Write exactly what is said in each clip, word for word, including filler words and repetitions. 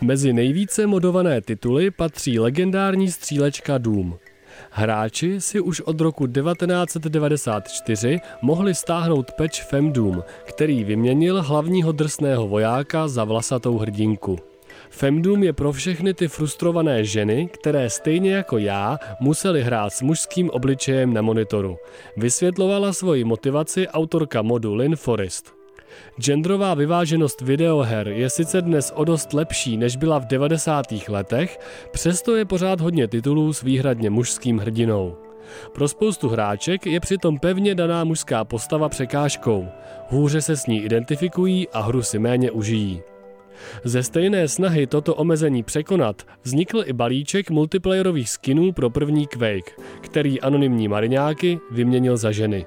Mezi nejvíce modované tituly patří legendární střílečka Doom. Hráči si už od roku devatenáct set devadesát čtyři mohli stáhnout patch Femdoom, který vyměnil hlavního drsného vojáka za vlasatou hrdinku. Femdoom je pro všechny ty frustrované ženy, které stejně jako já museli hrát s mužským obličejem na monitoru. Vysvětlovala svoji motivaci autorka modu Lynn Forrest. Genderová vyváženost videoher je sice dnes o dost lepší, než byla v devadesátých letech, přesto je pořád hodně titulů s výhradně mužským hrdinou. Pro spoustu hráček je přitom pevně daná mužská postava překážkou. Hůře se s ní identifikují a hru si méně užijí. Ze stejné snahy toto omezení překonat vznikl i balíček multiplayerových skinů pro první Quake, který anonymní mariňáky vyměnil za ženy.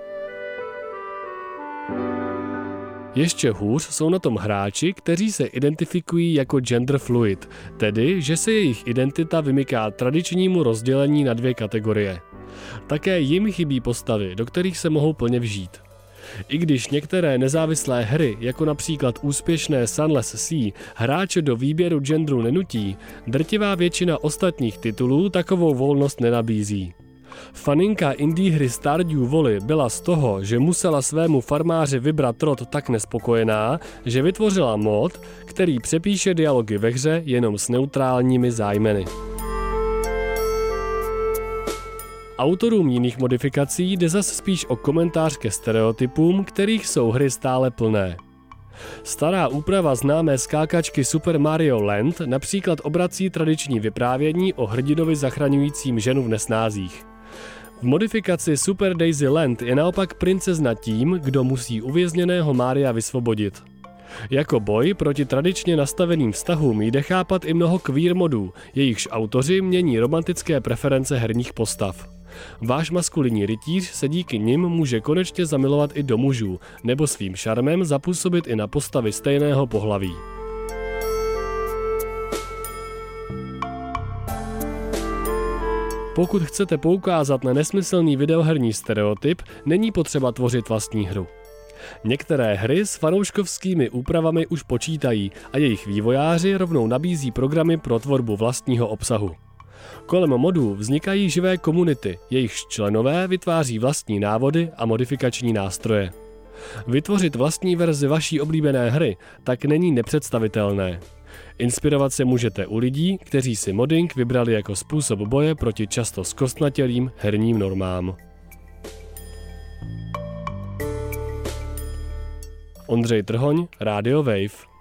Ještě hůř jsou na tom hráči, kteří se identifikují jako gender fluid, tedy že se jejich identita vymyká tradičnímu rozdělení na dvě kategorie. Také jim chybí postavy, do kterých se mohou plně vžít. I když některé nezávislé hry, jako například úspěšné Sunless Sea, hráče do výběru genderu nenutí, drtivá většina ostatních titulů takovou volnost nenabízí. Faninka indie hry Stardew Valley byla z toho, že musela svému farmáři vybrat rod, tak nespokojená, že vytvořila mod, který přepíše dialogy ve hře jenom s neutrálními zájmeny. Autorům jiných modifikací jde zas spíš o komentář ke stereotypům, kterých jsou hry stále plné. Stará úprava známé skákačky Super Mario Land například obrací tradiční vyprávění o hrdinovi zachraňujícím ženu v nesnázích. V modifikaci Super Daisy Land je naopak princezna tím, kdo musí uvězněného Mária vysvobodit. Jako boj proti tradičně nastaveným vztahům jde chápat i mnoho queer modů, jejichž autoři mění romantické preference herních postav. Váš maskulinní rytíř se díky nim může konečně zamilovat i do mužů, nebo svým šarmem zapůsobit i na postavy stejného pohlaví. Pokud chcete poukázat na nesmyslný videoherní stereotyp, není potřeba tvořit vlastní hru. Některé hry s fanouškovskými úpravami už počítají a jejich vývojáři rovnou nabízí programy pro tvorbu vlastního obsahu. Kolem modů vznikají živé komunity, jejichž členové vytváří vlastní návody a modifikační nástroje. Vytvořit vlastní verzi vaší oblíbené hry tak není nepředstavitelné. Inspirovat se můžete u lidí, kteří si modding vybrali jako způsob boje proti často zkostnatělým herním normám. Ondřej Trhoň, Radio Wave.